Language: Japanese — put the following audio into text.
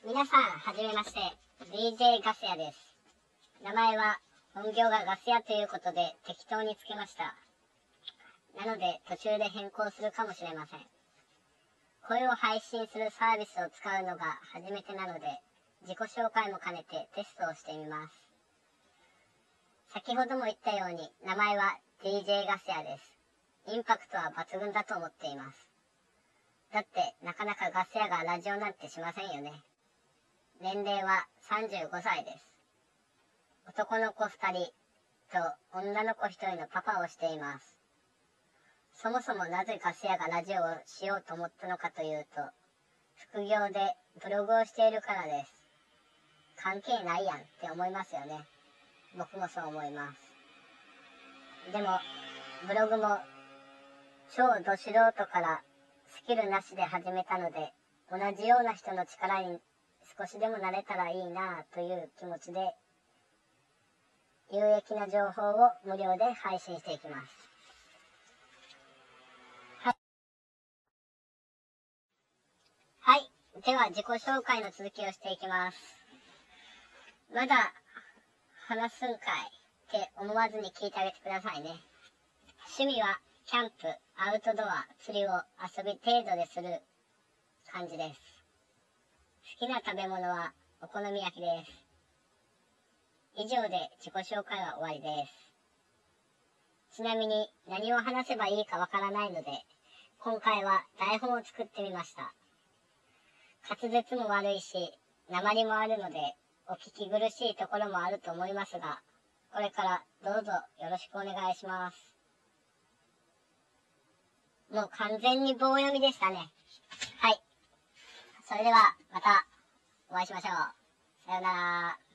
皆さん、はじめまして。DJ ガス屋です。名前は、本業がガス屋ということで適当につけました。なので、途中で変更するかもしれません。声を配信するサービスを使うのが初めてなので、自己紹介も兼ねてテストをしてみます。先ほども言ったように、名前は DJ ガス屋です。インパクトは抜群だと思っています。だって、なかなかガス屋がラジオなんてしませんよね。年齢は35歳です。男の子2人と女の子1人のパパをしています。そもそもなぜガス屋がラジオをしようと思ったのかというと、副業でブログをしているからです。関係ないやんって思いますよね。僕もそう思います。でも、ブログも超ど素人からスキルなしで始めたので、同じような人の力に少しでもなれたらいいなという気持ちで、有益な情報を無料で配信していきます。はい。では自己紹介の続きをしていきます。まだ話すんかいって思わずに聞いてあげてくださいね。趣味はキャンプ、アウトドア、釣りを遊び程度でする感じです。好きな食べ物はお好み焼きです。以上で自己紹介は終わりです。ちなみに何を話せばいいかわからないので、今回は台本を作ってみました。滑舌も悪いし、訛りもあるので、お聞き苦しいところもあると思いますが、これからどうぞよろしくお願いします。もう完全に棒読みでしたね。はい。それではまたお会いしましょう。さようなら。